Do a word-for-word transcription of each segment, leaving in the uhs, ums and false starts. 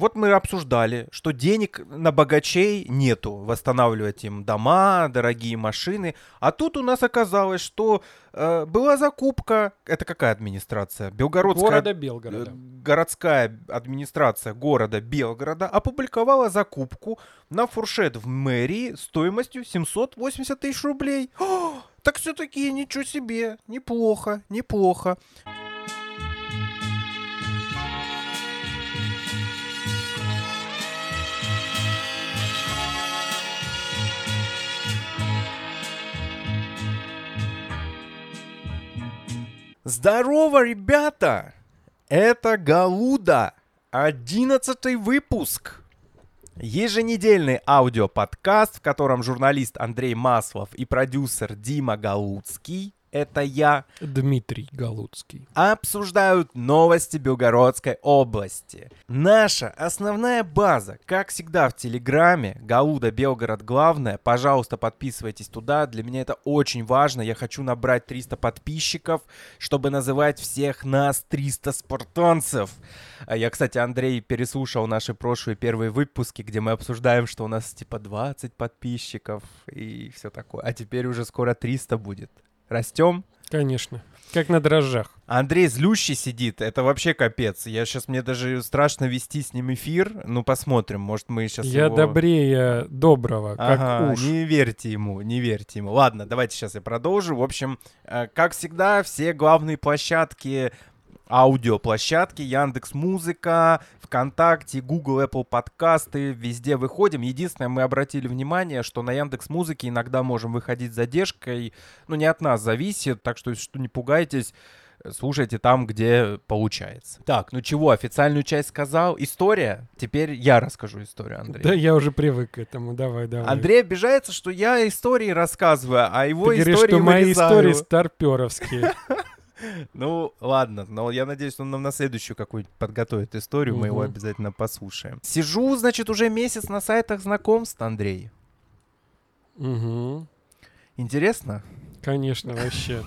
вот мы обсуждали, что денег на богачей нету, восстанавливать им дома, дорогие машины. А тут у нас оказалось, что э, была закупка. Это какая администрация? Белгородская. Города Белгорода. Э, городская администрация города Белгорода опубликовала закупку на фуршет в мэрии стоимостью семьсот восемьдесят тысяч рублей. О, так все-таки ничего себе, неплохо, неплохо. Здорово, ребята! Это Галуда, одиннадцатый выпуск. Еженедельный аудиоподкаст, в котором журналист Андрей Маслов и продюсер Дима Галуцкий, это я, Дмитрий Галуцкий, обсуждают новости Белгородской области. Наша основная база, как всегда, в Телеграме, Галуда Белгород главное. Пожалуйста, подписывайтесь туда, для меня это очень важно. Я хочу набрать триста подписчиков, чтобы называть всех нас триста спартанцев. Я, кстати, Андрей переслушал наши прошлые первые выпуски, где мы обсуждаем, что у нас типа двадцать подписчиков и все такое. А теперь уже скоро триста будет. Растем? Конечно. Как на дрожжах. Андрей злющий сидит, это вообще капец. Я сейчас, мне даже страшно вести с ним эфир. Ну, посмотрим, может, мы сейчас Я его... добрее доброго, как ага, уж. Не верьте ему, не верьте ему. Ладно, давайте сейчас я продолжу. В общем, э, как всегда, все главные площадки... Аудиоплощадки, Яндекс.Музыка, ВКонтакте, Google, Apple подкасты, везде выходим. Единственное, мы обратили внимание, что на Яндекс.Музыке иногда можем выходить с задержкой. Ну, не от нас зависит, так что, что не пугайтесь, слушайте там, где получается. Так, ну чего, официальную часть сказал. История? Теперь я расскажу историю, Андрей. Да, я уже привык к этому, давай, давай. Андрей обижается, что я истории рассказываю, а его Ты истории говоришь, что мои вырезаю. истории старперовские. Ну, ладно, но я надеюсь, он нам на следующую какую-нибудь подготовит историю, мы Мгм. его обязательно послушаем. Сижу, значит, уже месяц на сайтах знакомств, Андрей. Угу. Интересно? Конечно, вообще.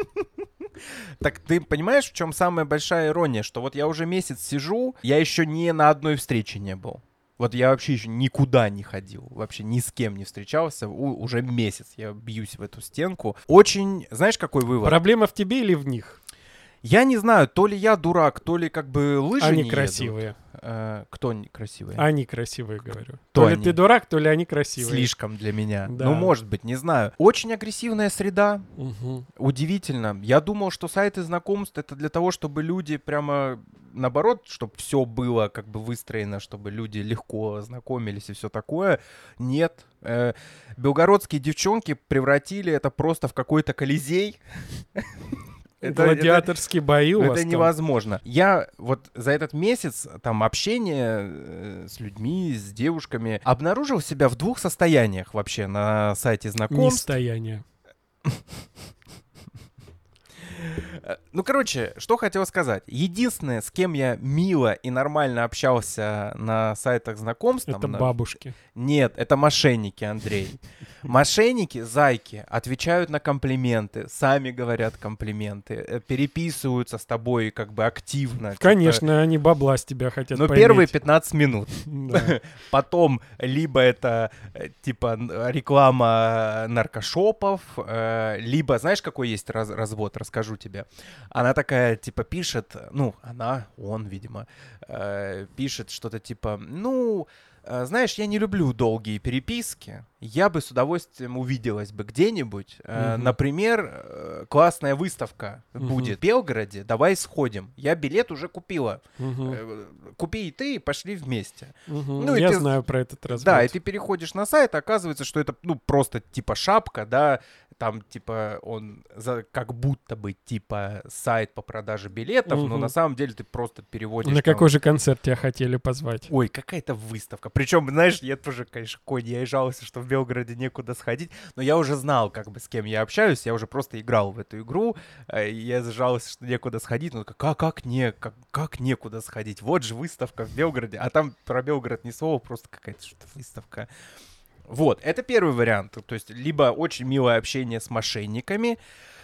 Так ты понимаешь, в чем самая большая ирония? Что вот я уже месяц сижу, я еще ни на одной встрече не был. Вот я вообще еще никуда не ходил, вообще ни с кем не встречался, У, уже месяц я бьюсь в эту стенку. Очень, знаешь, какой вывод? Проблема в тебе или в них? Я не знаю, то ли я дурак, то ли как бы лыжи Они не красивые. едут. Э, кто не красивые? Они красивые, говорю. Кто То ли они? ты дурак, то ли они красивые. Слишком для меня. Да. Ну, может быть, не знаю. Очень агрессивная среда. Угу. Удивительно. Я думал, что сайты знакомств — это для того, чтобы люди прямо наоборот, чтобы все было как бы выстроено, чтобы люди легко знакомились и все такое. Нет. Э, белгородские девчонки превратили это просто в какой-то колизей. Это, Гладиаторские это, бои у это вас там? невозможно. Я вот за этот месяц там общения э, с людьми, с девушками обнаружил себя в двух состояниях вообще на сайте знакомств. Нестояние. Ну, короче, что хотел сказать. Единственное, с кем я мило и нормально общался на сайтах знакомств... Это там, на... бабушки. Нет, это мошенники, Андрей. Мошенники, зайки, отвечают на комплименты, сами говорят комплименты, переписываются с тобой как бы активно. Конечно, типа... они бабла с тебя хотят Ну, поиметь. первые пятнадцать минут. Да. Потом либо это типа реклама наркошопов, либо, знаешь, какой есть раз- развод, расскажу тебе. Она такая, типа, пишет, ну, она, он, видимо, пишет что-то типа, ну... Знаешь, я не люблю долгие переписки. Я бы с удовольствием увиделась бы где-нибудь. Mm-hmm. Например, классная выставка mm-hmm. будет в Белгороде. Давай сходим. Я билет уже купила. Mm-hmm. Купи и ты, и пошли вместе. Mm-hmm. Ну, я ты... знаю про этот развод. Да, и ты переходишь на сайт, оказывается, что это, ну, просто типа шапка, да, там, типа, он за, как будто бы, типа, сайт по продаже билетов, mm-hmm. но на самом деле ты просто переводишь... На там... какой же концерт тебя хотели позвать? Ой, какая-то выставка. Причем, знаешь, я тоже, конечно, конь, я и жаловался, что в Белгороде некуда сходить, но я уже знал, как бы, с кем я общаюсь, я уже просто играл в эту игру, и я жаловался, что некуда сходить, ну, как, как, не, как, как некуда сходить? Вот же выставка в Белгороде, а там про Белгород ни слова, просто какая-то что-то выставка. Вот, это первый вариант, то есть либо очень милое общение с мошенниками,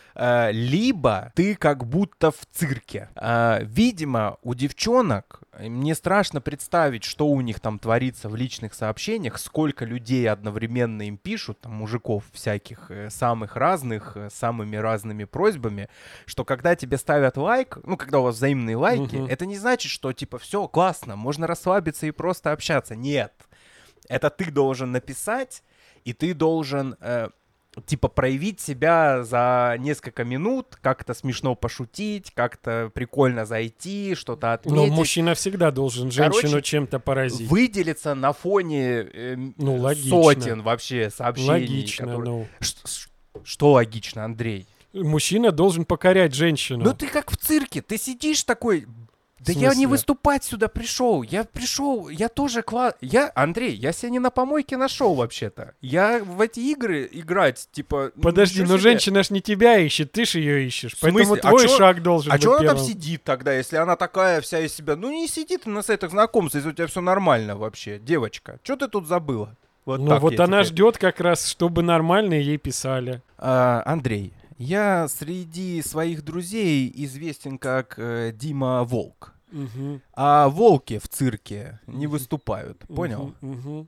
э, либо ты как будто в цирке. Э, видимо, у девчонок, мне страшно представить, что у них там творится в личных сообщениях, сколько людей одновременно им пишут, там, мужиков всяких, э, самых разных, э, самыми разными просьбами, что когда тебе ставят лайк, ну, когда у вас взаимные лайки, Мгм. это не значит, что, типа, все классно, можно расслабиться и просто общаться. Нет. Это ты должен написать, и ты должен, э, типа, проявить себя за несколько минут, как-то смешно пошутить, как-то прикольно зайти, что-то отметить. Но мужчина всегда должен женщину Короче, чем-то поразить. Выделиться на фоне э, Ну, логично. сотен вообще сообщений. Логично, которые- ну. Ш- ш- Что логично, Андрей? Мужчина должен покорять женщину. Ну ты как в цирке, ты сидишь такой... Да В я не смысле? выступать сюда пришел. Я пришел, я тоже класс. Я, Андрей, я себя не на помойке нашел вообще-то. Я в эти игры играть, типа. ну, Подожди, ничего но себе. женщина ж не тебя ищет, ты ж ее ищешь. В Поэтому смысле? А твой чё- шаг должен А быть что она там первым. сидит тогда, если она такая вся из себя? Ну не сидит на сайтах знакомств, если у тебя все нормально вообще, девочка. Что ты тут забыла? Вот Ну так вот я она тебе- ждет как раз, чтобы нормальные ей писали. А, Андрей, я среди своих друзей известен как э, Дима Волк. Мгм. А волки в цирке не Мгм. выступают, понял? Мгм, мгм.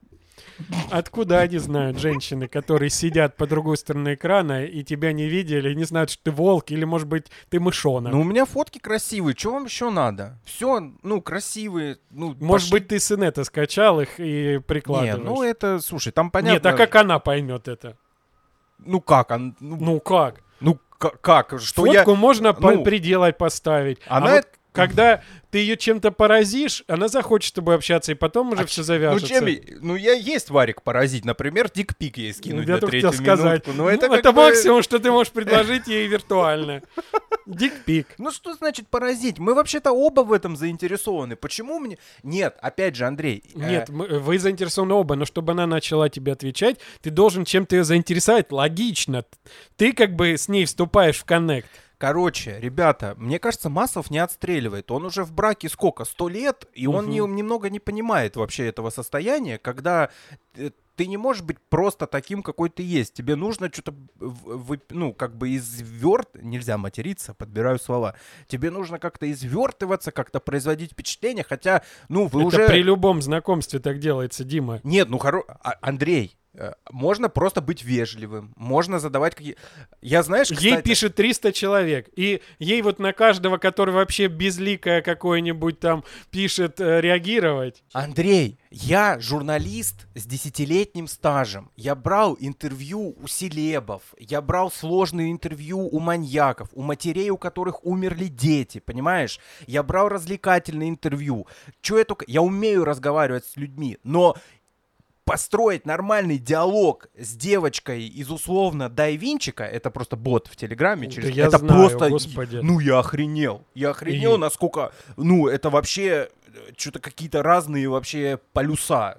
Откуда они знают, женщины, которые сидят по другой стороне экрана и тебя не видели, и не знают, что ты волк, или, может быть, ты мышонок? Ну, у меня фотки красивые, что вам еще надо? Все, ну, красивые, ну, Может пошли- быть, ты с инета скачал их и прикладываешь? Не, ну это, слушай, там понятно... Нет, а как она поймет это? Ну как, он, ну, Ну как? ну к- как, что Фотку я... можно по- ну, приделать, поставить. она А вот это- когда ты ее чем-то поразишь, она захочет с тобой общаться, и потом уже А все Ну, завяжется. чем, я- ну, я есть варик поразить, например, дикпик ей скинуть Я на только третью хотел сказать. минутку. Ну, это, Ну, как это бы- максимум, что ты можешь предложить ей виртуально. Дикпик. Ну что значит поразить? Мы вообще-то оба в этом заинтересованы. Почему мне... Нет, опять же, Андрей... э, Нет, мы- вы заинтересованы оба, но чтобы она начала тебе отвечать, ты должен чем-то ее заинтересовать. Логично. Ты как бы с ней вступаешь в коннект. Короче, ребята, мне кажется, Маслов не отстреливает. Он уже в браке сколько? Сто лет? И он не- немного не понимает вообще этого состояния, когда э, ты не можешь быть просто таким, какой ты есть. Тебе нужно что-то, в- вы- ну, как бы изверт... Нельзя материться, подбираю слова. Тебе нужно как-то извертываться, как-то производить впечатление, хотя, ну, вы Это уже... при любом знакомстве так делается, Дима. Нет, ну, хоро... а, Андрей, э, можно просто быть вежливым, можно задавать какие... Я, знаешь, кстати... Ей пишет триста человек, и ей вот на каждого, который вообще безликое какое-нибудь там пишет, э, реагировать. Андрей, я журналист с десятилетним стажем. Я брал интервью у селебов, я брал сложные интервью у маньяков, у матерей, у которых умерли дети, понимаешь? Я брал развлекательные интервью. Чё я только... Я умею разговаривать с людьми, но построить нормальный диалог с девочкой из условно Дайвинчика, это просто бот в Телеграме, Да через... я это знаю, просто... господи. Ну, я охренел. Я охренел, И- насколько... Ну, это вообще что-то какие-то разные вообще полюса.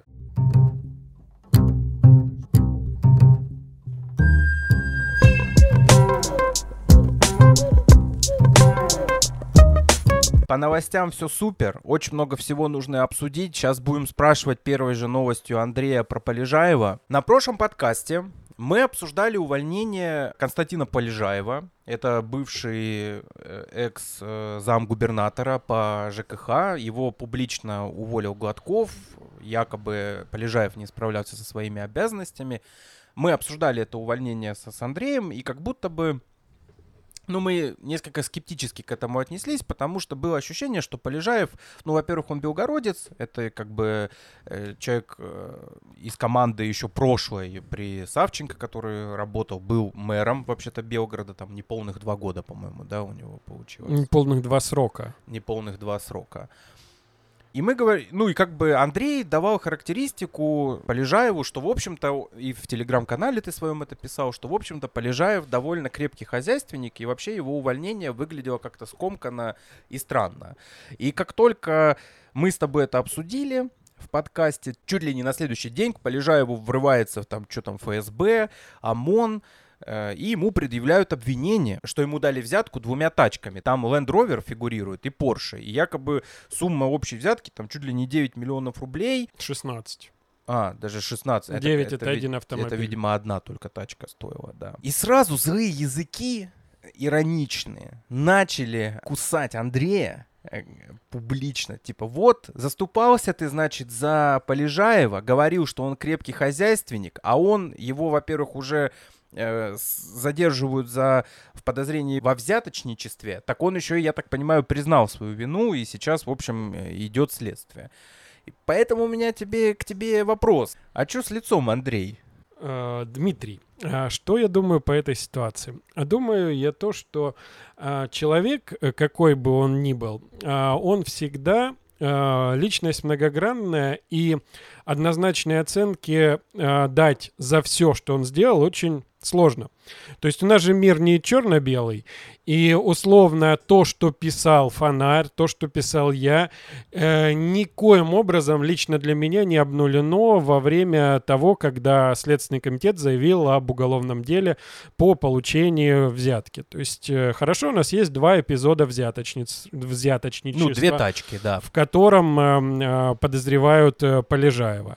По новостям все супер, очень много всего нужно обсудить. Сейчас будем спрашивать первой же новостью Андрея про Полежаева. На прошлом подкасте мы обсуждали увольнение Константина Полежаева. Это бывший э, экс-замгубернатора по ЖКХ. Его публично уволил Гладков. Якобы Полежаев не справлялся со своими обязанностями. Мы обсуждали это увольнение с, с Андреем, и как будто бы ну, мы несколько скептически к этому отнеслись, потому что было ощущение, что Полежаев, ну, во-первых, он белгородец, это как бы э, человек э, из команды еще прошлой при Савченко, который работал, был мэром вообще-то Белгорода, там неполных два года, по-моему, да, у него получилось. Полных два срока. Неполных два срока. И мы говорим, ну и как бы Андрей давал характеристику Полежаеву, что в общем-то, и в телеграм-канале ты своем это писал, что в общем-то Полежаев довольно крепкий хозяйственник, и вообще его увольнение выглядело как-то скомканно и странно. И как только мы с тобой это обсудили в подкасте, чуть ли не на следующий день к Полежаеву врывается там что там ФСБ, ОМОН, и ему предъявляют обвинение, что ему дали взятку двумя тачками. Там Land Rover фигурирует и Porsche. И якобы сумма общей взятки там чуть ли не девять миллионов рублей. шестнадцать. А, даже шестнадцать. девять это ви- один автомобиль. Это, видимо, одна только тачка стоила, да. И сразу злые языки ироничные начали кусать Андрея э, публично, типа, вот, заступался ты, значит, за Полежаева, говорил, что он крепкий хозяйственник, а он, его, во-первых, уже э, задерживают за, в подозрении во взяточничестве, так он еще, я так понимаю, признал свою вину, и сейчас, в общем, идет следствие. И поэтому у меня тебе, к тебе вопрос. А что с лицом, Андрей? Uh, Дмитрий, uh, что я думаю по этой ситуации? А думаю я то, что uh, человек, какой бы он ни был, uh, он всегда uh, личность многогранная, и однозначные оценки uh, дать за все, что он сделал, очень сложно. То есть у нас же мир не черно-белый, и условно то, что писал Фонарь, то, что писал я, э, никоим образом лично для меня не обнулено во время того, когда Следственный комитет заявил об уголовном деле по получению взятки. То есть э, хорошо, у нас есть два эпизода взяточниц, взяточничества. Ну, две тачки, да. В котором э, э, подозревают э, Полежаева.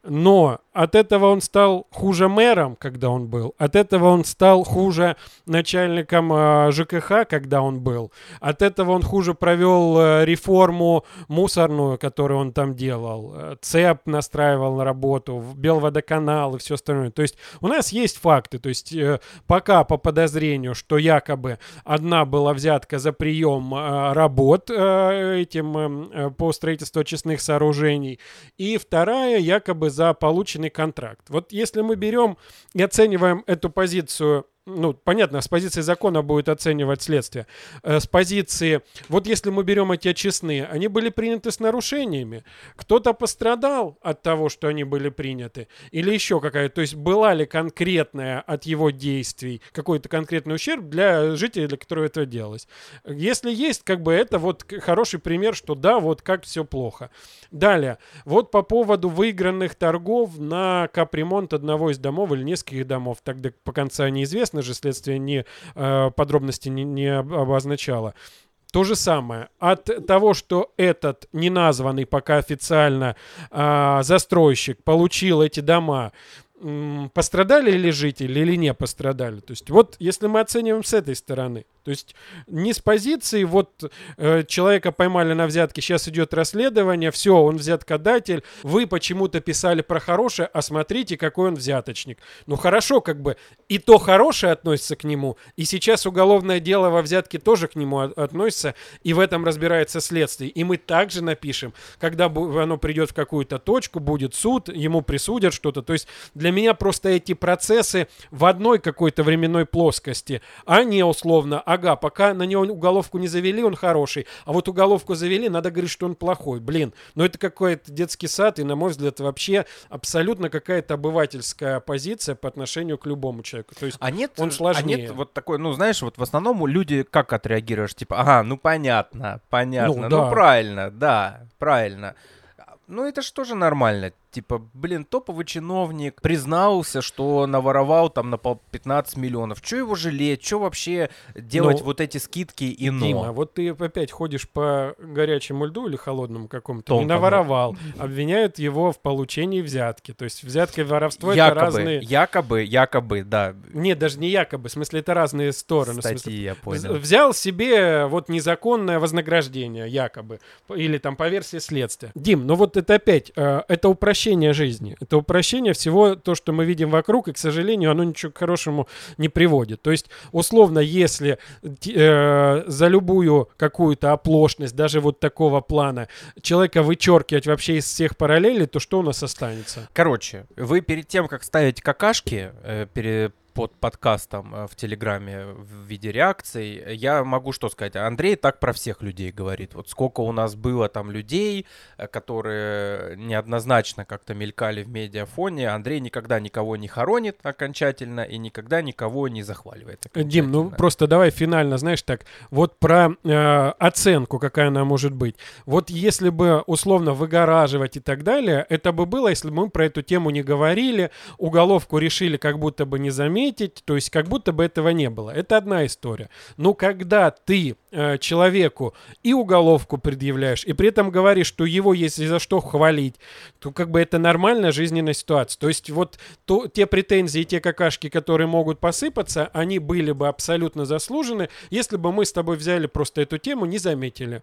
Но от этого он стал хуже мэром, когда он был. От этого он стал хуже начальником э, ЖКХ, когда он был. От этого он хуже провел э, реформу мусорную, которую он там делал. Э, ЦЭП настраивал на работу, Белводоканал и все остальное. То есть у нас есть факты. То есть э, пока по подозрению, что якобы одна была взятка за прием э, работ э, этим э, по строительству очистных сооружений, и вторая якобы за полученный контракт. Вот если мы берем и оцениваем эту позицию, ну, понятно, с позиции закона будет оценивать следствие. Э, с позиции, вот если мы берем эти очистные, они были приняты с нарушениями. Кто-то пострадал от того, что они были приняты, или еще какая-то, то есть была ли конкретная от его действий какой-то конкретный ущерб для жителей, для которых это делалось. Если есть, как бы это вот хороший пример, что да, вот как все плохо. Далее, вот по поводу выигранных торгов на капремонт одного из домов или нескольких домов, тогда по конца неизвестно, же следствие не, э, подробности не, не обозначало. То же самое. От того, что этот неназванный пока официально э, застройщик получил эти дома, м, пострадали ли жители или не пострадали? То есть вот если мы оцениваем с этой стороны, то есть не с позиции вот э, человека поймали на взятке, сейчас идет расследование, все, он взяткодатель, вы почему-то писали про хорошее, а смотрите, какой он взяточник. Ну хорошо, как бы и то хорошее относится к нему, и сейчас уголовное дело во взятке тоже к нему от- относится, и в этом разбирается следствие. И мы также напишем, когда бу- оно придет в какую-то точку, будет суд, ему присудят что-то. То есть для меня просто эти процессы в одной какой-то временной плоскости, а не условно, ага, пока на него уголовку не завели, он хороший, а вот уголовку завели, надо говорить, что он плохой. Блин, ну это какой-то детский сад, и, на мой взгляд, вообще абсолютно какая-то обывательская позиция по отношению к любому человеку. То есть а нет, он сложнее. А нет вот такой, ну, знаешь, вот в основном люди как отреагируешь? Типа, ага, ну понятно, понятно, Ну, ну, да. правильно, да, правильно. Ну это ж тоже нормально. Типа, блин, топовый чиновник признался, что наворовал там на пятнадцать миллионов. Че его жалеть? Че вообще делать Ну, вот эти скидки и но? Дима, вот ты опять ходишь по горячему льду или холодному какому-то, не Тонкому. наворовал, обвиняют его в получении взятки. То есть взятка и воровство это Якобы, разные... якобы, якобы, да. Нет, даже не якобы, в смысле это разные стороны. В Статьи, смысле, я понял. вз- взял себе вот незаконное вознаграждение, якобы, п- или там по версии следствия. Дим, ну вот это опять, э, это упрощение жизни, это упрощение всего то, что мы видим вокруг, и, к сожалению, оно ничего к хорошему не приводит. То есть, условно, если э, за любую какую-то оплошность, даже вот такого плана, человека вычеркивать вообще из всех параллелей, то что у нас останется? Короче, вы перед тем, как ставить какашки э, перед под подкастом э, в Телеграме в виде реакций, я могу что сказать? Андрей так про всех людей говорит. Вот сколько у нас было там людей, э, которые неоднозначно как-то мелькали в медиафоне. Андрей никогда никого не хоронит окончательно и никогда никого не захваливает Дим, ну окончательно. просто давай финально, знаешь, так, вот про э, оценку, какая она может быть. Вот если бы условно выгораживать и так далее, это бы было, если бы мы про эту тему не говорили, уголовку решили как будто бы не заметить, заметить, то есть как будто бы этого не было. Это одна история. Но когда ты э, человеку и уголовку предъявляешь, и при этом говоришь, что его есть за что хвалить, то как бы это нормальная жизненная ситуация. То есть вот то, те претензии, те какашки, которые могут посыпаться, они были бы абсолютно заслужены, если бы мы с тобой взяли просто эту тему, не заметили.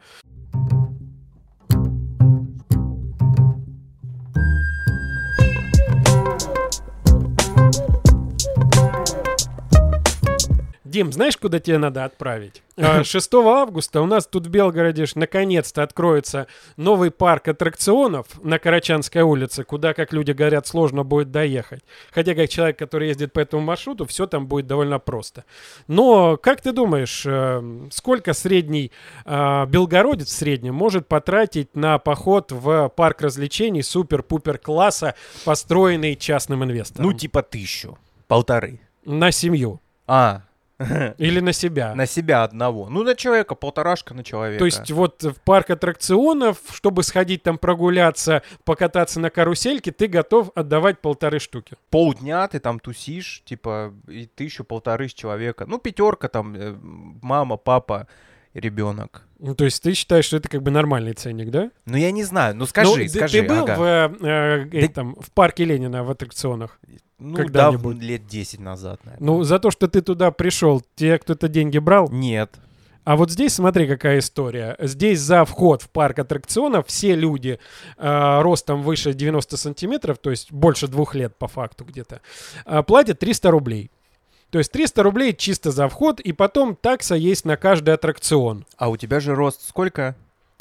Дим, знаешь, куда тебе надо отправить? шестого августа у нас тут в Белгороде наконец-то откроется новый парк аттракционов на Карачанской улице, куда, как люди говорят, сложно будет доехать. Хотя, как человек, который ездит по этому маршруту, все там будет довольно просто. Но, как ты думаешь, сколько средний белгородец в среднем может потратить на поход в парк развлечений супер-пупер класса, построенный частным инвестором? Ну, типа тысячу, полторы. На семью. А, или на себя. На себя одного. Ну, на человека, полторашка на человека. То есть вот в парк аттракционов, чтобы сходить там прогуляться, покататься на карусельке, ты готов отдавать полторы штуки. Полдня ты там тусишь, типа, и тысячу, полторы с человека. Ну, пятерка там, э, мама, папа, ребенок. Ну, то есть ты считаешь, что это как бы нормальный ценник, да? Ну, я не знаю. Ну, скажи, ну, скажи. Ты был ага. в, э, э, да... там, в парке Ленина в аттракционах? Ну, когда-нибудь? Да, лет десять назад, наверное. Ну, за то, что ты туда пришел, тебе кто-то деньги брал? Нет. А вот здесь смотри, какая история. Здесь за вход в парк аттракционов все люди э, ростом выше девяносто сантиметров, то есть больше двух лет по факту где-то, э, платят триста рублей. То есть триста рублей чисто за вход, и потом такса есть на каждый аттракцион. А у тебя же рост сколько?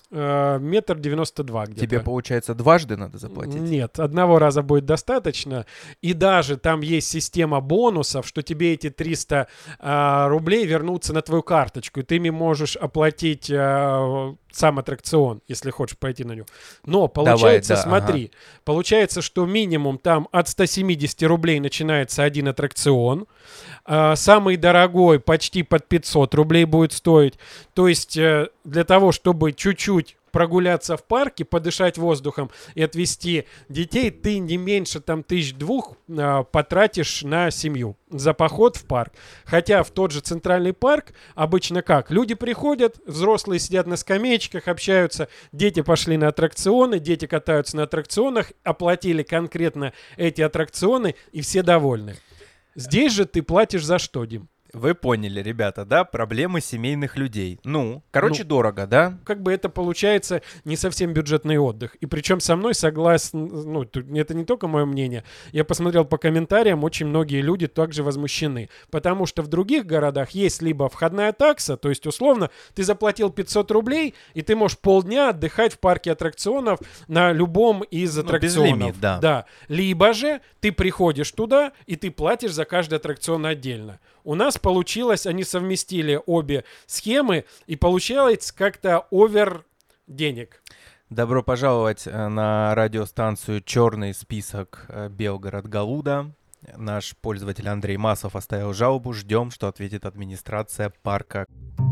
Метр девяносто два где-то. Тебе, получается, дважды надо заплатить? Нет, одного раза будет достаточно. И даже там есть система бонусов, что тебе эти триста а, рублей вернутся на твою карточку, и ты ими можешь оплатить а, сам аттракцион, если хочешь пойти на него. Но получается, Давай, да, смотри, ага. получается, что минимум там от ста семидесяти рублей начинается один аттракцион. А, самый дорогой почти под пятьсот рублей будет стоить. То есть э, для того, чтобы чуть-чуть прогуляться в парке, подышать воздухом и отвезти детей, ты не меньше там тысяч двух а, потратишь на семью за поход в парк. Хотя в тот же центральный парк обычно как? Люди приходят, взрослые сидят на скамеечках, общаются, дети пошли на аттракционы, дети катаются на аттракционах, оплатили конкретно эти аттракционы и все довольны. Здесь же ты платишь за что, Дим? Вы поняли, ребята, да? Проблемы семейных людей. Ну, короче, ну, дорого, да? Как бы это получается не совсем бюджетный отдых. И причем со мной согласен, ну, это не только мое мнение. Я посмотрел по комментариям, очень многие люди также возмущены. Потому что в других городах есть либо входная такса, то есть, условно, ты заплатил пятьсот рублей, и ты можешь полдня отдыхать в парке аттракционов на любом из аттракционов. Ну, без лимит, да. Да. Либо же ты приходишь туда, и ты платишь за каждый аттракцион отдельно. У нас получилось, они совместили обе схемы, и получалось как-то овер денег. Добро пожаловать на радиостанцию «Черный список Белгород Галуда». Наш пользователь Андрей Масов оставил жалобу. Ждем, что ответит администрация парка.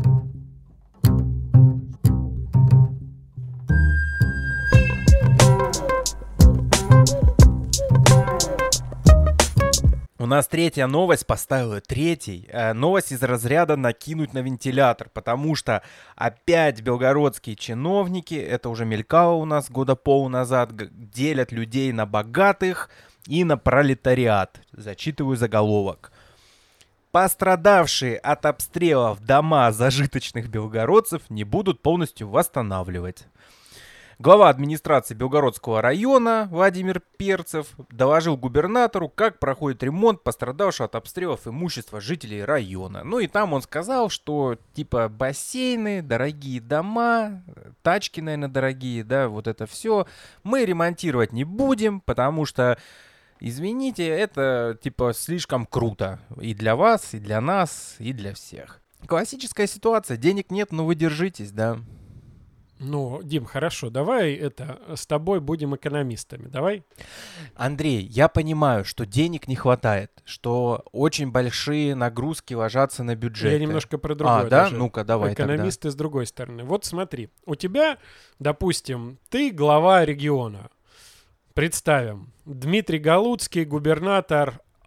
У нас третья новость, поставила третий. Э, новость из разряда накинуть на вентилятор, потому что опять белгородские чиновники, это уже мелькало у нас года пол назад, г- делят людей на богатых и на пролетариат. Зачитываю заголовок. Пострадавшие от обстрелов дома зажиточных белгородцев не будут полностью восстанавливать. Глава администрации Белгородского района Владимир Перцев доложил губернатору, как проходит ремонт пострадавшего от обстрелов имущества жителей района. Ну и там он сказал, что типа бассейны, дорогие дома, тачки, наверное, дорогие, да, вот это все мы ремонтировать не будем, потому что, извините, это типа слишком круто и для вас, и для нас, и для всех. Классическая ситуация, денег нет, но вы держитесь, да. Ну, Дим, хорошо, давай это с тобой будем экономистами, давай. Андрей, я понимаю, что денег не хватает, что очень большие нагрузки ложатся на бюджет. Я немножко про другое. А, да? Даже. Ну-ка, давай Экономисты тогда. с другой стороны. Вот смотри, у тебя, допустим, ты глава региона. Представим, Дмитрий Галуцкий, губернатор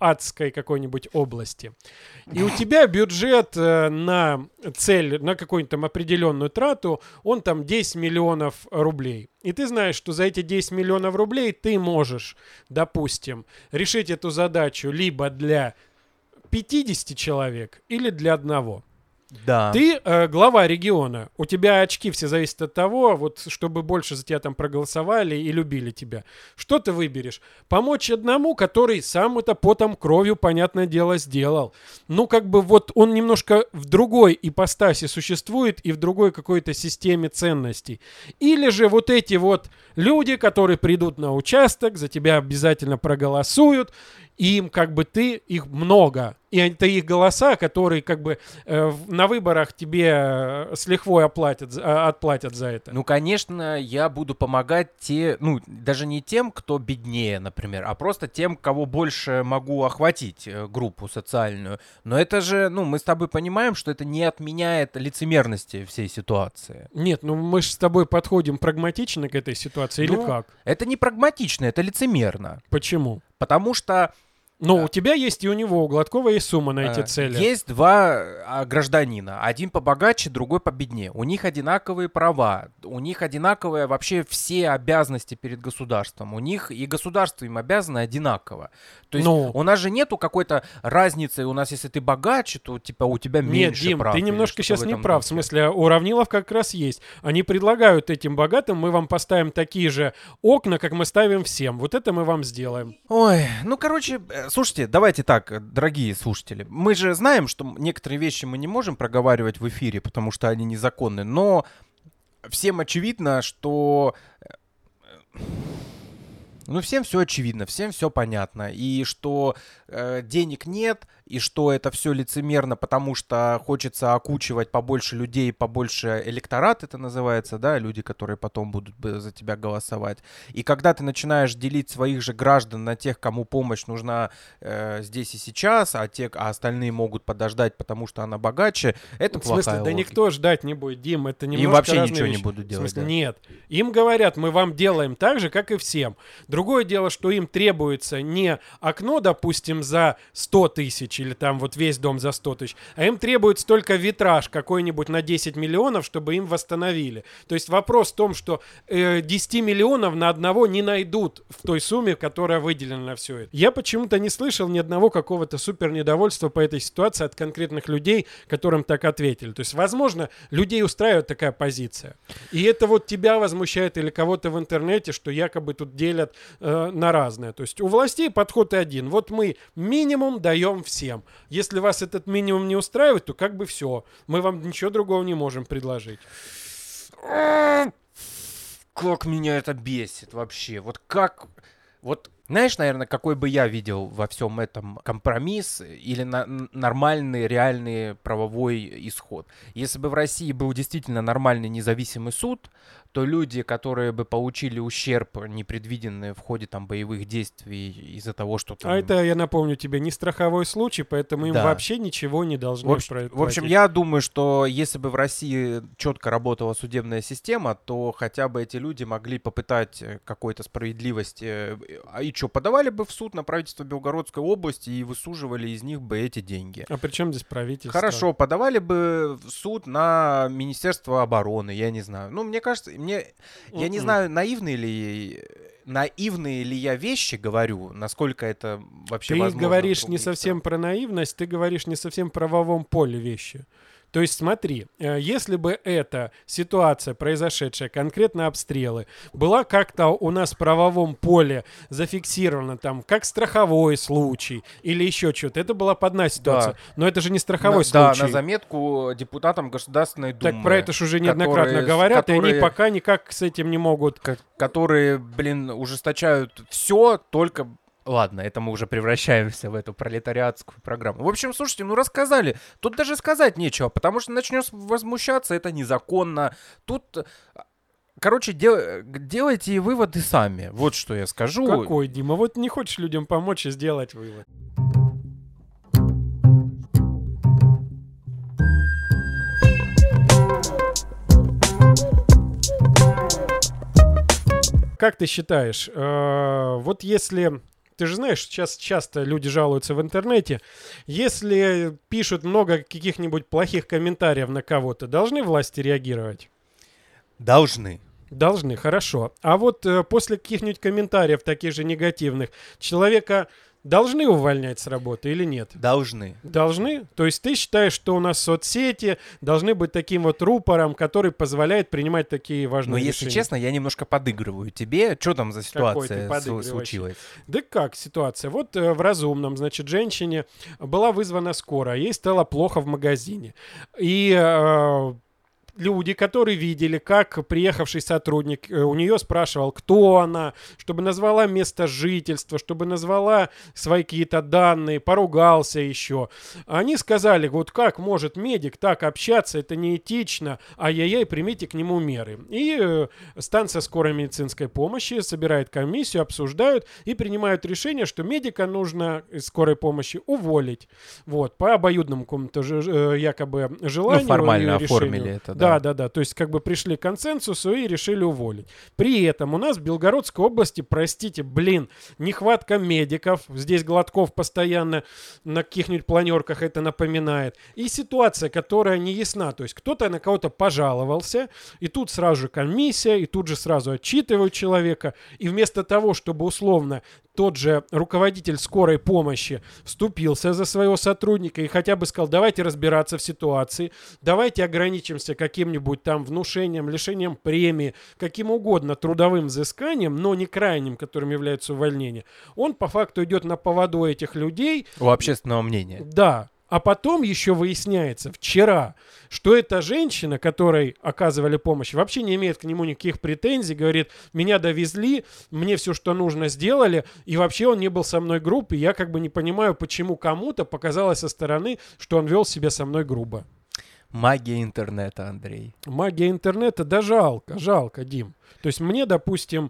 адской какой-нибудь области. И у тебя бюджет э, на цель, на какую-нибудь там определенную трату, он там десять миллионов рублей. И ты знаешь, что за эти десять миллионов рублей ты можешь, допустим, решить эту задачу либо для пятидесяти человек или для одного. Да. Ты э, глава региона, у тебя очки все зависят от того, вот, чтобы больше за тебя там проголосовали и любили тебя. Что ты выберешь? Помочь одному, который сам это потом, кровью, понятное дело, сделал. Ну, как бы вот он немножко в другой ипостаси существует и в другой какой-то системе ценностей. Или же вот эти вот люди, которые придут на участок, за тебя обязательно проголосуют, и им как бы ты, их много. И это их голоса, которые как бы э, на выборах тебе э, с лихвой оплатят, э, отплатят за это. Ну, конечно, я буду помогать те, ну, даже не тем, кто беднее, например, а просто тем, кого больше могу охватить, э, группу социальную. Но это же, ну, мы с тобой понимаем, что это не отменяет лицемерности всей ситуации. Нет, ну мы же с тобой подходим прагматично к этой ситуации, Ну, или как? Это не прагматично, это лицемерно. Почему? Потому что Ну, у тебя есть и у него, у Гладкова есть сумма на эти э, цели. есть два а, гражданина. Один побогаче, другой победнее. У них одинаковые права. У них одинаковые вообще все обязанности перед государством. У них и государство им обязано одинаково. То есть Ну. у нас же нету какой-то разницы. У нас, если ты богаче, то типа у тебя Нет, меньше Дим, прав. ты или немножко что-то сейчас в не этом прав. В духе. смысле, у Равнилов как раз есть. Они предлагают этим богатым, мы вам поставим такие же окна, как мы ставим всем. Вот это мы вам сделаем. Ой, ну, короче, э, слушайте, давайте так, дорогие слушатели. Мы же знаем, что некоторые вещи мы не можем проговаривать в эфире, потому что они незаконны, но всем очевидно, что... Ну, всем все очевидно, всем все понятно. И что э, денег нет, и что это все лицемерно, потому что хочется окучивать побольше людей, побольше электорат, это называется, да, люди, которые потом будут за тебя голосовать. И когда ты начинаешь делить своих же граждан на тех, кому помощь нужна э, здесь и сейчас, а, те, а остальные могут подождать, потому что она богаче, это В плохая смысле, да логика. никто ждать не будет, Дим, это немножко Им вообще разные ничего вещи. не будут делать. В смысле, да. нет. Им говорят, мы вам делаем так же, как и всем. Другое дело, что им требуется не окно, допустим, за сто тысяч или там вот весь дом за сто тысяч, а им требуется только витраж какой-нибудь на десять миллионов, чтобы им восстановили. То есть вопрос в том, что э, десять миллионов на одного не найдут в той сумме, которая выделена на все это. Я почему-то не слышал ни одного какого-то супер недовольства по этой ситуации от конкретных людей, которым так ответили. То есть, возможно, людей устраивает такая позиция. И это вот тебя возмущает или кого-то в интернете, что якобы тут делят э, на разное. То есть у властей подход один. Вот мы минимум даем всем. Если вас этот минимум не устраивает, то как бы все. Мы вам ничего другого не можем предложить. Как меня это бесит вообще. Вот как... Вот знаешь, наверное, какой бы я видел во всем этом компромисс или на- нормальный, реальный правовой исход. Если бы в России был действительно нормальный независимый суд, то люди, которые бы получили ущерб, непредвиденный в ходе там боевых действий из-за того, что там... А это, я напомню тебе, не страховой случай, поэтому им Да. вообще ничего не должны В общем, платить. в общем, я думаю, что если бы в России четко работала судебная система, то хотя бы эти люди могли попытать какой-то справедливости. А и что, подавали бы в суд на правительство Белгородской области и высуживали из них бы эти деньги. А при чем здесь правительство? Хорошо, подавали бы в суд на Министерство обороны, я не знаю. Ну, мне кажется, мне, я не Мгм. знаю, наивные ли... Наивные ли я вещи говорю, насколько это вообще Ты возможно. говоришь в не других совсем странах. про наивность, ты говоришь не совсем в правовом поле вещи. То есть смотри, э, если бы эта ситуация, произошедшая, конкретно обстрелы, была как-то у нас в правовом поле зафиксирована там, как страховой случай или еще что-то, это была бы одна ситуация. Да. Но это же не страховой На- случай. Да, на заметку депутатам Государственной Думы. Так про это ж уже неоднократно которые- говорят, и которые- они пока никак с этим не могут. ко- которые, блин, ужесточают все, только... Ладно, это мы уже превращаемся в эту пролетариатскую программу. В общем, слушайте, ну рассказали. Тут даже сказать нечего, потому что начнешь возмущаться, это незаконно. Тут... Короче, дел- делайте выводы сами. Вот что я скажу. Какой, Дима? Вот не хочешь людям помочь и сделать вывод. Как ты считаешь, э, вот если ты же знаешь, сейчас часто люди жалуются в интернете, если пишут много каких-нибудь плохих комментариев на кого-то, должны власти реагировать? Должны. Должны, хорошо. А вот э, после каких-нибудь комментариев, таких же негативных, человека должны увольнять с работы или нет? Должны. Должны? То есть ты считаешь, что у нас соцсети должны быть таким вот рупором, который позволяет принимать такие важные Но, решения? если честно, я немножко подыгрываю тебе. Что там за Какой ты ситуация подыгрываешь? случилась? Да как ситуация? Вот э, в Разумном, значит, женщине была вызвана скорая, ей стало плохо в магазине. И... э, люди, которые видели, как приехавший сотрудник э, у нее спрашивал, кто она, чтобы назвала место жительства, чтобы назвала свои какие-то данные, поругался еще. Они сказали, вот как может медик так общаться, это неэтично, ай-яй-яй, примите к нему меры. И э, станция скорой медицинской помощи собирает комиссию, обсуждают и принимают решение, что медика нужно из скорой помощи уволить. Вот, по обоюдному какому-то же, э, якобы желанию. Ну, формально и решению. оформили это, да. Да, да, да. То есть как бы пришли к консенсусу и решили уволить. При этом у нас в Белгородской области, простите, блин, нехватка медиков. Здесь Гладков постоянно на каких-нибудь планерках это напоминает. И ситуация, которая не ясна. То есть кто-то на кого-то пожаловался, и тут сразу же комиссия, и тут же сразу отчитывают человека. И вместо того, чтобы условно тот же руководитель скорой помощи вступился за своего сотрудника и хотя бы сказал, давайте разбираться в ситуации, давайте ограничимся каким-нибудь там внушением, лишением премии, каким угодно трудовым взысканием, но не крайним, которым является увольнение. Он по факту идет на поводу этих людей. У общественного мнения. Да. А потом еще выясняется вчера, что эта женщина, которой оказывали помощь, вообще не имеет к нему никаких претензий, говорит, меня довезли, мне все, что нужно, сделали, и вообще он не был со мной груб, и я как бы не понимаю, почему кому-то показалось со стороны, что он вел себя со мной грубо. Магия интернета, Андрей. Магия интернета, да жалко, жалко, Дим. То есть мне, допустим...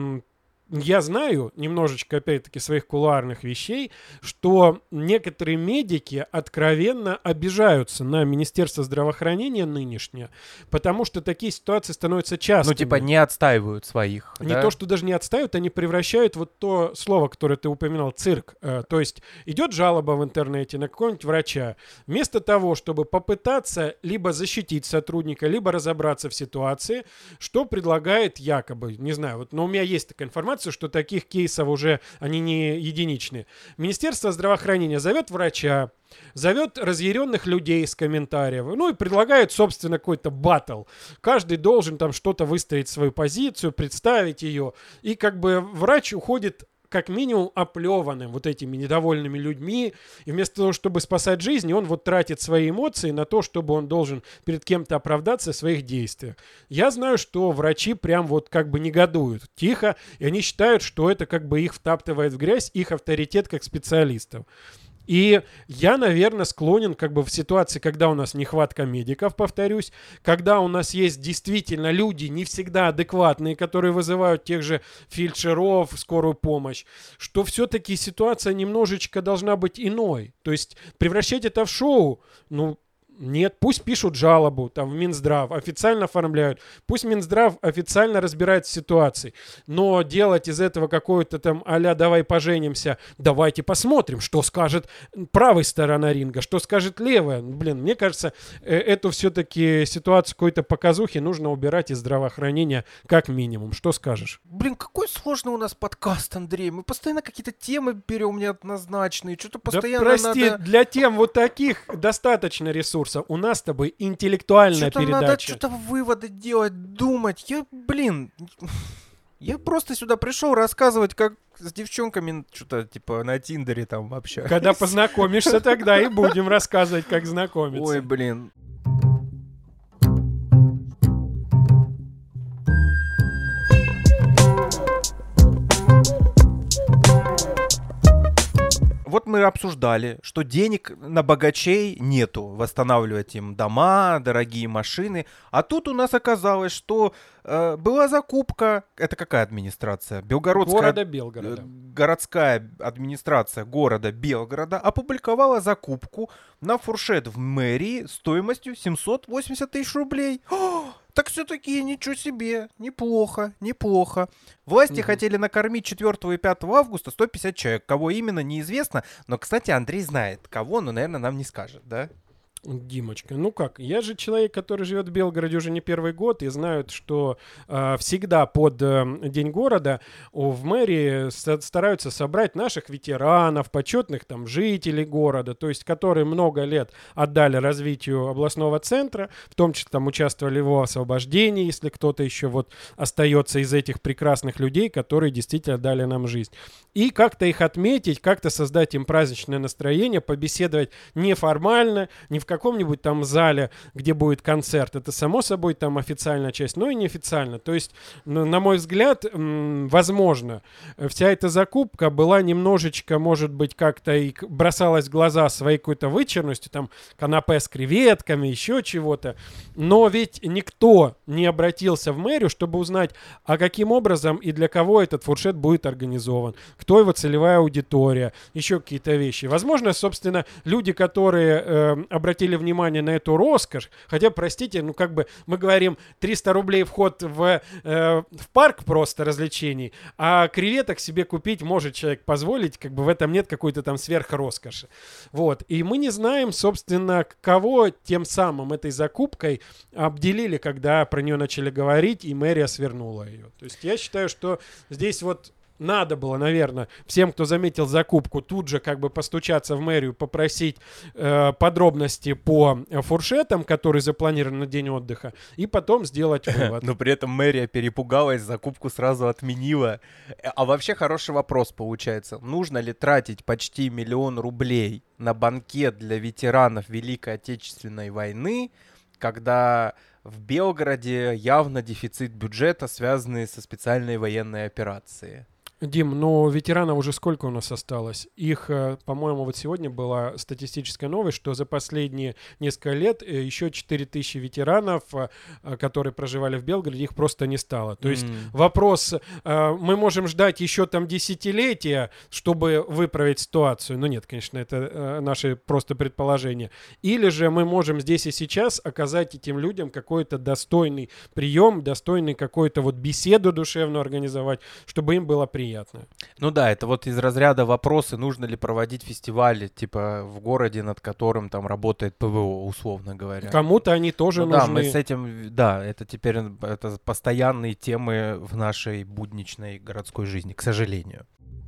Я знаю немножечко, опять-таки, своих кулуарных вещей, что некоторые медики откровенно обижаются на Министерство здравоохранения нынешнее, потому что такие ситуации становятся частыми. Ну, типа, не отстаивают своих, Не да? то, что даже не отстаивают, они превращают вот то слово, которое ты упоминал, цирк. Э, то есть идет жалоба в интернете на какого-нибудь врача. Вместо того, чтобы попытаться либо защитить сотрудника, либо разобраться в ситуации, что предлагает якобы, не знаю, вот, но у меня есть такая информация, что таких кейсов уже, они не единичные. Министерство здравоохранения зовет врача, зовет разъяренных людей с комментариев, ну и предлагает, собственно, какой-то баттл. Каждый должен там что-то выставить свою позицию, представить ее. И как бы врач уходит как минимум оплеванным вот этими недовольными людьми. И вместо того, чтобы спасать жизни, он вот тратит свои эмоции на то, чтобы он должен перед кем-то оправдаться в своих действиях. Я знаю, что врачи прям вот как бы негодуют тихо, и они считают, что это как бы их втаптывает в грязь, их авторитет как специалистов. И я, наверное, склонен как бы в ситуации, когда у нас нехватка медиков, повторюсь, когда у нас есть действительно люди не всегда адекватные, которые вызывают тех же фельдшеров, скорую помощь, что все-таки ситуация немножечко должна быть иной. То есть превращать это в шоу, ну... Нет, пусть пишут жалобу там в Минздрав, официально оформляют. Пусть Минздрав официально разбирается с ситуацией. Но делать из этого какой-то там а-ля «давай поженимся», давайте посмотрим, что скажет правая сторона ринга, что скажет левая. Блин, мне кажется, э- эту все-таки ситуацию какой-то показухи нужно убирать из здравоохранения как минимум. Что скажешь? Блин, какой сложный у нас подкаст, Андрей. Мы постоянно какие-то темы берем неоднозначные. Что-то постоянно Да прости, надо... для тем вот таких достаточно ресурсов. У нас с тобой интеллектуальная Что-то передача. надо что-то выводы делать, думать. Я, блин, я просто сюда пришел рассказывать, как с девчонками что-то типа на Тиндере там общаюсь. Когда познакомишься, тогда и будем рассказывать, как знакомиться. Ой, блин. Вот мы обсуждали, что денег на богачей нету, восстанавливать им дома, дорогие машины. А тут у нас оказалось, что э, была закупка. Это какая администрация? Белгородская. Города Белгорода. Э, городская администрация города Белгорода опубликовала закупку на фуршет в мэрии стоимостью семьсот восемьдесят тысяч рублей. О, Так все-таки ничего себе, неплохо, неплохо. Власти Мгм. хотели накормить четвёртого и пятого августа сто пятьдесят человек. Кого именно, неизвестно. Но, кстати, Андрей знает, кого, но, наверное, нам не скажет, да? Димочка, ну как, я же человек, который живет в Белгороде уже не первый год, и знают, что э, всегда под э, День города о, в мэрии с- стараются собрать наших ветеранов, почетных там жителей города, то есть которые много лет отдали развитию областного центра, в том числе там участвовали в его освобождении, если кто-то еще вот остается из этих прекрасных людей, которые действительно дали нам жизнь. И как-то их отметить, как-то создать им праздничное настроение, побеседовать неформально, не в каком-нибудь там зале, где будет концерт. Это, само собой, там официальная часть, но и неофициально. То есть, ну, на мой взгляд, м, возможно, вся эта закупка была немножечко, может быть, как-то и к- бросалась в глаза своей какой-то вычурностью, там, канапе с креветками, еще чего-то. Но ведь никто не обратился в мэрию, чтобы узнать, а каким образом и для кого этот фуршет будет организован, кто его целевая аудитория, еще какие-то вещи. Возможно, собственно, люди, которые э, обратили внимание на эту роскошь, хотя, простите, ну как бы мы говорим триста рублей вход в, э, в парк просто развлечений, а креветок себе купить может человек позволить, как бы в этом нет какой-то там сверхроскоши. Вот. И мы не знаем, собственно, кого тем самым этой закупкой обделили, когда про нее начали говорить, и мэрия свернула ее. То есть я считаю, что здесь вот надо было, наверное, всем, кто заметил закупку, тут же как бы постучаться в мэрию, попросить э, подробности по э, фуршетам, которые запланированы на день отдыха, и потом сделать вывод. Но при этом мэрия перепугалась, закупку сразу отменила. А вообще хороший вопрос получается. Нужно ли тратить почти миллион рублей на банкет для ветеранов Великой Отечественной войны, когда в Белгороде явно дефицит бюджета, связанный со специальной военной операцией? Дим, ну ветеранов уже сколько у нас осталось? Их, э, по-моему, вот сегодня была статистическая новость, что за последние несколько лет э, еще четыре тысячи ветеранов, э, э, которые проживали в Белгороде, их просто не стало. То есть М. вопрос, э, мы можем ждать еще там десятилетия, чтобы выправить ситуацию. Ну нет, конечно, это э, наши просто предположения. Или же мы можем здесь и сейчас оказать этим людям какой-то достойный прием, достойный какой-то вот беседу душевную организовать, чтобы им было приятно. Ну да, это вот из разряда вопросы, нужно ли проводить фестивали, типа, в городе, над которым там работает ПВО, условно говоря. Кому-то они тоже Ну да, нужны. мы с этим, да, это теперь это постоянные темы в нашей будничной городской жизни, к сожалению.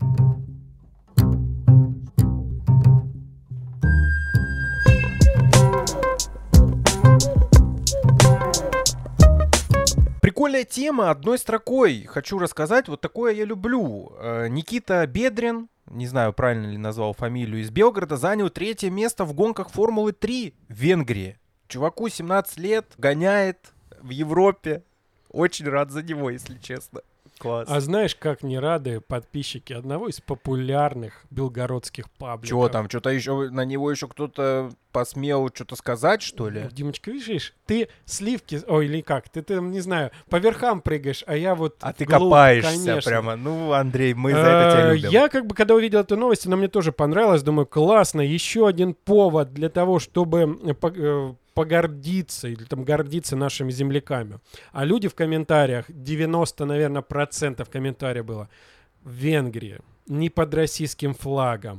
Прикольная тема, одной строкой хочу рассказать, вот такое я люблю. Э, Никита Бедрин, не знаю, правильно ли назвал фамилию, из Белгорода, занял третье место в гонках Формулы три в Венгрии. Чуваку семнадцать лет, гоняет в Европе. Очень рад за него, если честно. Класс. А знаешь, как не рады подписчики одного из популярных белгородских пабликов? Чего там, что-то еще, на него еще кто-то посмел что-то сказать, что ли? Димочка, видишь, ты сливки, ой, или как, ты там, не знаю, по верхам прыгаешь, а я вот А ты вглубь, копаешься конечно. прямо. Ну, Андрей, мы за это тебя Э, любим. Я как бы, когда увидел эту новость, она мне тоже понравилась. Думаю, классно, еще один повод для того, чтобы э, по- э, погордиться или там гордиться нашими земляками. А люди в комментариях, девяносто, наверное, процентов комментариев было в Венгрии, не под российским флагом.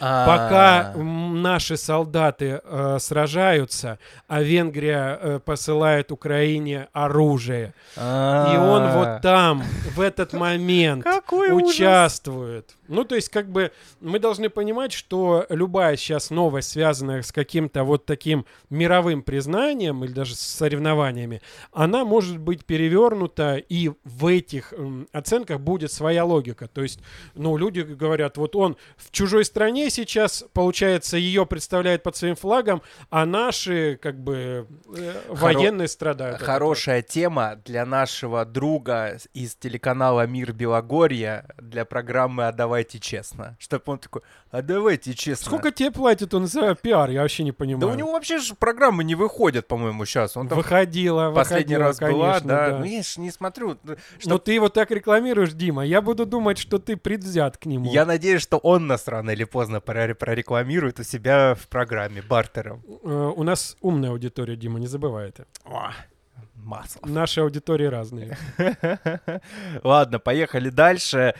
Пока м, наши солдаты э, сражаются, а Венгрия э, посылает Украине оружие. И он вот там, в этот момент, Какой ужас. участвует. Ну, то есть, как бы, мы должны понимать, что любая сейчас новость, связанная с каким-то вот таким мировым признанием или даже с соревнованиями, она может быть перевернута, и в этих м, оценках будет своя логика. То есть, ну, люди говорят, вот он в чужой стране сейчас, получается, ее представляет под своим флагом, а наши, как бы, э, военные страдают. от этого. Хорошая тема для нашего друга из телеканала «Мир Белогорья», для программы «А давайте честно». Чтобы он такой, а давайте честно. Сколько тебе платит он за пиар? Я вообще не понимаю. Да у него вообще же программы не выходят, по-моему, сейчас. Он там Выходила, последний выходила, раз была, конечно, да. да. Ну, я ж не смотрю. ну, Что... Но ты его так рекламируешь, Дима. Я буду думать, что ты предвзят к нему. Я надеюсь, что он нас рано или поздно прор- прорекламирует у себя в программе бартером. Э, У нас умная аудитория, Дима, не забывай это. О, Маслов. Наши аудитории разные. Ладно, поехали дальше.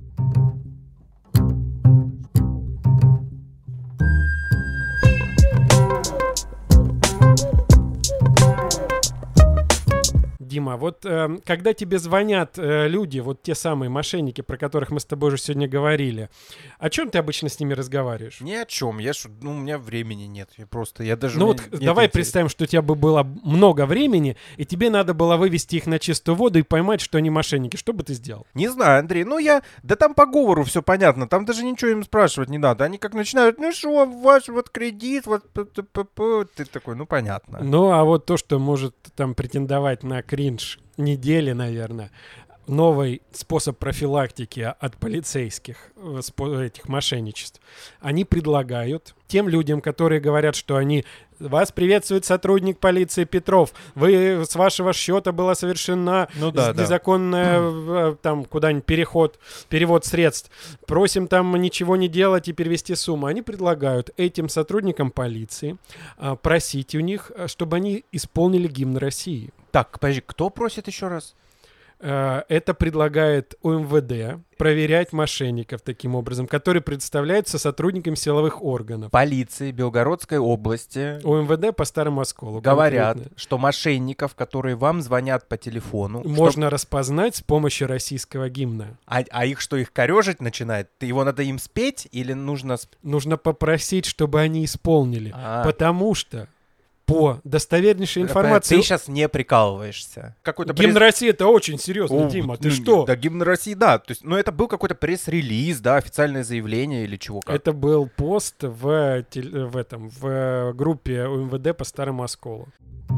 Дима, вот э, когда тебе звонят э, люди, вот те самые мошенники, про которых мы с тобой уже сегодня говорили, о чем ты обычно с ними разговариваешь? Ни о чем. Я ш... ну, у меня времени нет. Я просто, я даже... Ну вот нет давай интерес... представим, что у тебя бы было много времени, и тебе надо было вывести их на чистую воду и поймать, что они мошенники. Что бы ты сделал? Не знаю, Андрей, ну я... Да там по говору все понятно, там даже ничего им спрашивать не надо. Они как начинают, ну что, ваш вот кредит, вот... Ты такой, ну понятно. Ну а вот то, что может там претендовать на кринж недели, наверное, новый способ профилактики от полицейских этих мошенничеств. Они предлагают тем людям, которые говорят, что они вас приветствует сотрудник полиции Петров. Вы с вашего счета была совершена ну, да, незаконная да. там куда-нибудь переход, перевод средств. Просим там ничего не делать и перевести сумму. Они предлагают этим сотрудникам полиции а, просить у них, чтобы они исполнили гимн России. Так, подожди, кто просит еще раз? Это предлагает УМВД проверять мошенников таким образом, которые представляются сотрудниками силовых органов. Полиции Белгородской области. УМВД по Старому Осколу. Говорят, конкретно. Что мошенников, которые вам звонят по телефону... Можно чтоб... распознать с помощью российского гимна. А, а их что, их корежить начинает? Ты его надо им спеть или нужно... Нужно попросить, чтобы они исполнили. А-а. Потому что... По достовернейшей информации... Ты сейчас не прикалываешься. Какой-то гимн пресс... России — это очень серьезно, О, Дима, ты ну, что? Да, гимн России, да. То есть, ну, это был какой-то пресс-релиз, да, официальное заявление или чего как. Это был пост в, в, этом, в группе УМВД по Старому Осколу.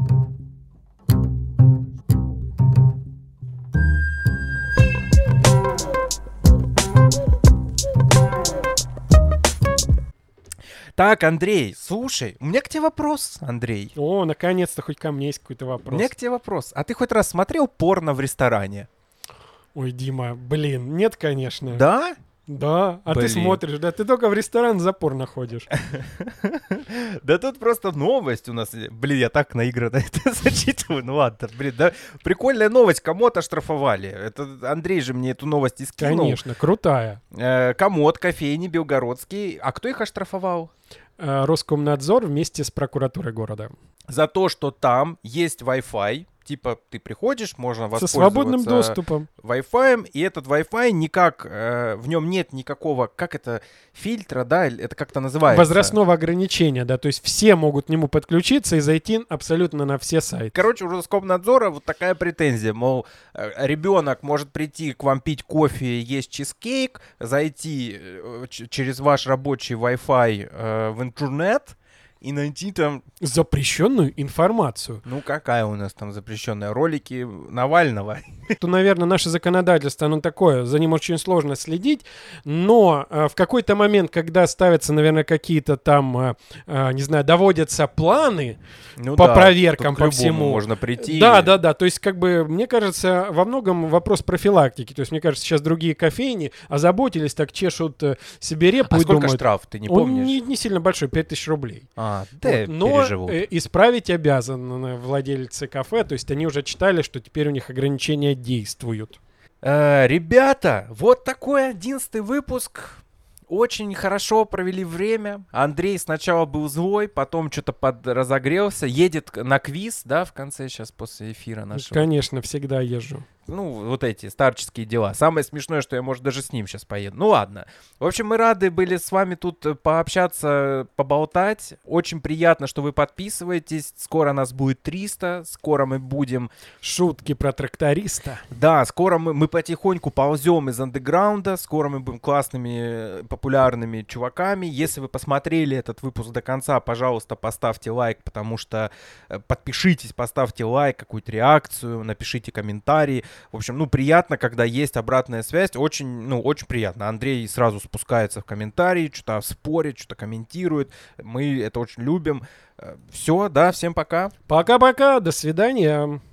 Так, Андрей, слушай, у меня к тебе вопрос, Андрей. О, наконец-то хоть ко мне есть какой-то вопрос. У меня к тебе вопрос. А ты хоть раз смотрел порно в ресторане? Ой, Дима, блин, нет, конечно. Да? Да, а Блин. ты смотришь, да, ты только в ресторан за порно ходишь. Да тут просто новость у нас. Блин, я так наигранно это зачитываю. Ну ладно, блин, да. Прикольная новость, Комод оштрафовали. Это Андрей же мне эту новость и скинул. Конечно, крутая. Комод, кофейни, Белгородский. А кто их оштрафовал? Роскомнадзор вместе с прокуратурой города. За то, что там есть Wi-Fi. Типа ты приходишь, можно воспользоваться со свободным доступом Wi-Fi, и этот Wi-Fi никак, э, в нем нет никакого, как это, фильтра, да, это как-то называется? Возрастного ограничения, да, то есть все могут к нему подключиться и зайти абсолютно на все сайты. Короче, у Роскомнадзора вот такая претензия, мол, ребенок может прийти к вам пить кофе, есть чизкейк, зайти э, ч- через ваш рабочий Wi-Fi э, в интернет, и найти там... запрещенную информацию. Ну, какая у нас там запрещенная? Ролики Навального. То, наверное, наше законодательство, оно такое, за ним очень сложно следить, но э, в какой-то момент, когда ставятся, наверное, какие-то там, э, э, не знаю, доводятся планы ну, по да, проверкам, по тут к любому всему. можно прийти. Да, да, да, то есть, как бы, мне кажется, во многом вопрос профилактики. То есть, мне кажется, сейчас другие кофейни озаботились, так чешут э, себе репу а и сколько думают... штраф, ты не Он помнишь? не, не сильно большой, пять тысяч рублей. А, да, Вот, но переживут. э, исправить обязаны владельцы кафе, то есть они уже читали, что теперь у них ограничения действуют. Э, ребята, вот такой одиннадцатый выпуск. Очень хорошо провели время. Андрей сначала был злой, потом что-то подразогрелся. Едет на квиз, да, в конце сейчас после эфира нашего. Конечно, всегда езжу. Ну, вот эти старческие дела. Самое смешное, что я, может, даже с ним сейчас поеду. Ну, ладно. В общем, мы рады были с вами тут пообщаться, поболтать. Очень приятно, что вы подписываетесь. Скоро нас будет триста. Скоро мы будем... Шутки про тракториста. Да, скоро мы, мы потихоньку ползем из андеграунда. Скоро мы будем классными, популярными чуваками. Если вы посмотрели этот выпуск до конца, пожалуйста, поставьте лайк, потому что... Подпишитесь, поставьте лайк, какую-то реакцию, напишите комментарий. В общем, ну, приятно, когда есть обратная связь. Очень, ну, очень приятно. Андрей сразу спускается в комментарии, что-то спорит, что-то комментирует. Мы это очень любим. Все, да, всем пока. Пока-пока, до свидания.